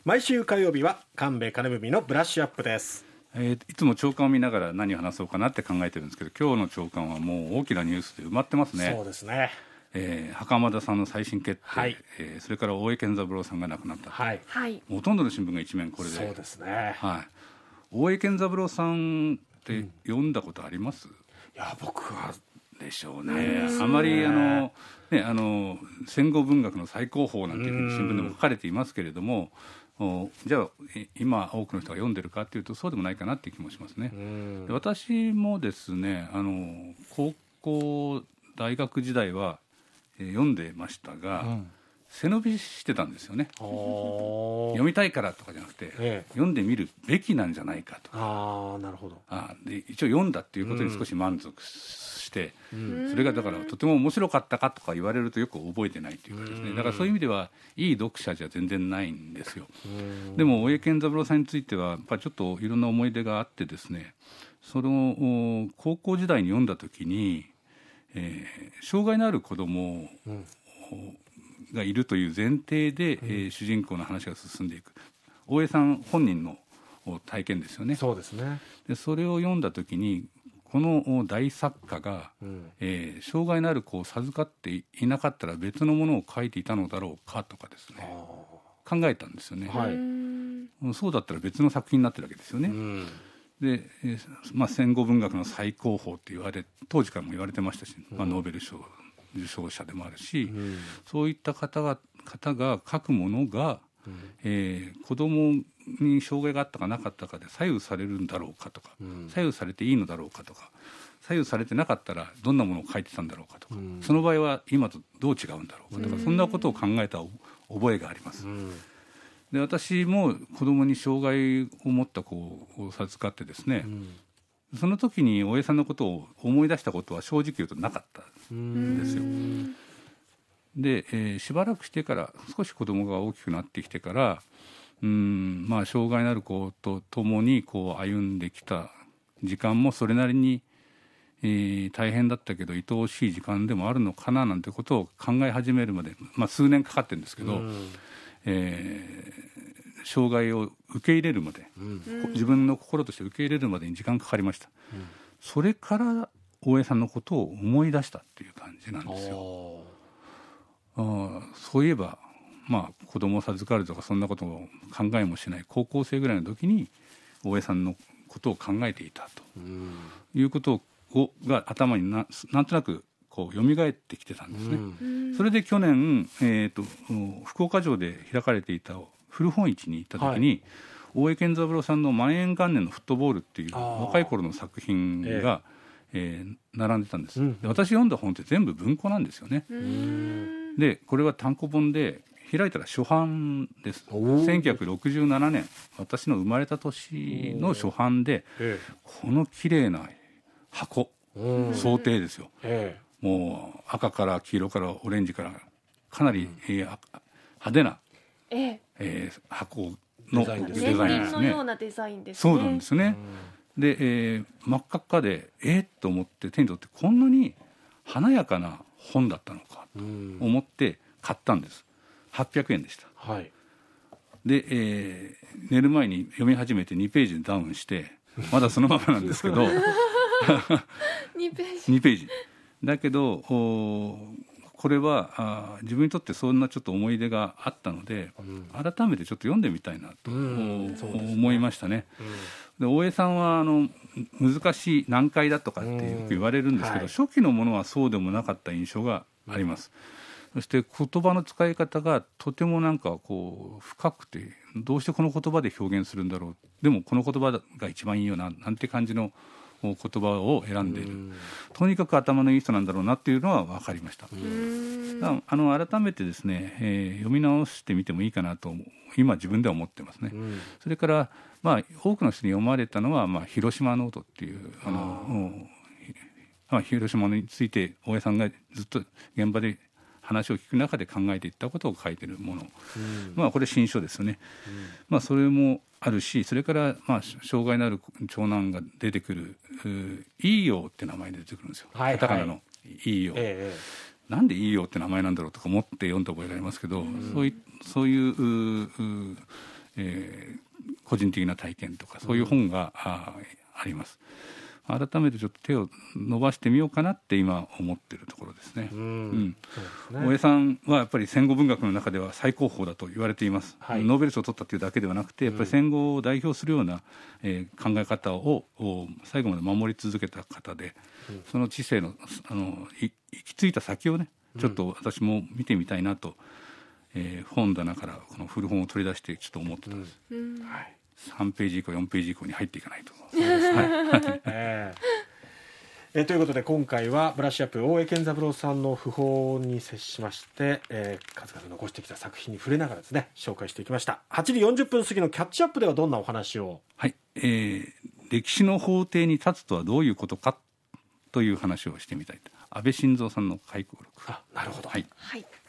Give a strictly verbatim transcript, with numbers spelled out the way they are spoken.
毎週火曜日は神戸金文のブラッシュアップです。 えー、いつも朝刊を見ながら何を話そうかなって考えてるんですけど、今日の朝刊はもう大きなニュースで埋まってますね。 そうですね、 えー、袴田さんの再審決定、はい、えー、それから大江健三郎さんが亡くなった、 はい、 ほとんどの新聞が一面これで。 そうですね、 はい、大江健三郎さんって読んだことあります？ うん、いや僕はでしょうね。あまりあの、ね、あの戦後文学の最高峰なんていうふうに新聞でも書かれていますけれども、じゃあ今多くの人が読んでるかっていうとそうでもないかなっていう気もしますね。で私もですね、あの高校大学時代は、えー、読んでましたが、うん、背伸びしてたんですよね。読みたいからとかじゃなくて、ええ、読んでみるべきなんじゃないかとか。 あ、なるほど。 あで一応読んだっていうことに少し満足して、うん、それがだからとても面白かったかとか言われるとよく覚えてないというかですね、だからそういう意味ではいい読者じゃ全然ないんですよ。でも大江健三郎さんについてはやっぱりちょっといろんな思い出があってですね、その高校時代に読んだ時に、えー、障害のある子供がいるという前提で、うん、えー、主人公の話が進んでいく。大江さん本人の体験ですよね。 そうですね。 でそれを読んだ時にこの大作家が、うん、えー、障害のある子を授かっていなかったら別のものを書いていたのだろうかとかですね、考えたんですよね。はい、そうだったら別の作品になってるわけですよね。うん、で、えーまあ、戦後文学の最高峰って言われ当時からも言われてましたし、まあ、ノーベル賞受賞者でもあるし、うん、そういった方が、方が書くものが、うん、えー、子供に障害があったかなかったかで左右されるんだろうかとか、うん、左右されていいのだろうかとか、左右されてなかったらどんなものを書いてたんだろうかとか、うん、その場合は今とどう違うんだろうかとか、うん、そんなことを考えた覚えがあります。うん、で私も子供に障害を持った子を授かってですね、うん、その時に大江さんのことを思い出したことは正直言うとなかったんですよ。で、えー、しばらくしてから少し子供が大きくなってきてから、うーん、まあ、障害のある子と共にこう歩んできた時間もそれなりに、えー、大変だったけど愛おしい時間でもあるのかななんてことを考え始めるまで、まあ、数年かかってるんですけど、えー、障害を受け入れるまで、うん、自分の心として受け入れるまでに時間かかりました。うん、それから大江さんのことを思い出したっていう感じなんですよ。あそういえば、まあ、子供を授かるとかそんなことを考えもしない高校生ぐらいの時に大江さんのことを考えていたということをが頭に な, なんとなくこう蘇ってきてたんですね。それで去年、えー、と福岡城で開かれていた古本市に行った時に、はい、大江健三郎さんの万延元年のフットボールっていう若い頃の作品が、えーえー、並んでたんです。で私読んだ本って全部文庫なんですよね。でこれは単行本で開いたら初版です。せんきゅうひゃくろくじゅうななねん私の生まれた年の初版で、この綺麗な箱想定ですよ。もう赤から黄色からオレンジからかなり、えー、派手な、ええー、箱のデザインですね。 年輪のようなデザインですね。 そうなんですね。で、えー、真っ赤っかでえー、っと思って手に取ってこんなに華やかな本だったのかと思って買ったんです。はっぴゃくえんでした。はい、で、えー、寝る前に読み始めてにページでダウンしてまだそのままなんですけどにページにページだけどこれはあ自分にとってそんなちょっと思い出があったので、うん、改めてちょっと読んでみたいなと、うん、思いましたね。うん、で大江さんはあの難しい難解だとかってよく言われるんですけど、うんはい、初期のものはそうでもなかった印象があります。そして言葉の使い方がとてもなんかこう深くてどうしてこの言葉で表現するんだろう、でもこの言葉が一番いいよななんて感じの言葉を選んでいる、とにかく頭のいい人なんだろうなっていうのは分かりました。あの改めてですね、えー、読み直してみてもいいかなと今自分では思ってますね。それから、まあ、多くの人に読まれたのは、まあ、広島ノートっていうあのあ広島について大江さんがずっと現場で話を聞く中で考えていったことを書いているもの、うんまあ、これ新書ですよね。うんまあ、それもあるし、それから、まあ、障害のある長男が出てくるいいよって名前で出てくるんですよ、はいはい、カタカナのいいよ、ええ、なんでいいよって名前なんだろうとか思って読んだ覚えがありますけど、うん、そうい、そういう、 えー、個人的な体験とかそういう本が、うん、あ, あります。改めてちょっと手を伸ばしてみようかなって今思っているところですね。うんうんそうですね。大江さんはやっぱり戦後文学の中では最高峰だと言われています、はい、ノーベル賞を取ったというだけではなくてやっぱり戦後を代表するような、えー、考え方を最後まで守り続けた方で、うん、その知性の、あの行き着いた先をねちょっと私も見てみたいなと、えー、本棚からこの古本を取り出してちょっと思ってたんです、うんはい、さんページ以降よんページ以降に入っていかないと。そうですね、はいえーえー、ということで今回はブラッシュアップ大江健三郎さんの訃報に接しまして、えー、数々残してきた作品に触れながらですね紹介していきました。はちじよんじゅっぷん過ぎのキャッチアップではどんなお話を。 はい、えー、歴史の法廷に立つとはどういうことかという話をしてみたい。安倍晋三さんの回顧録。 あ、なるほど、 はい、 はい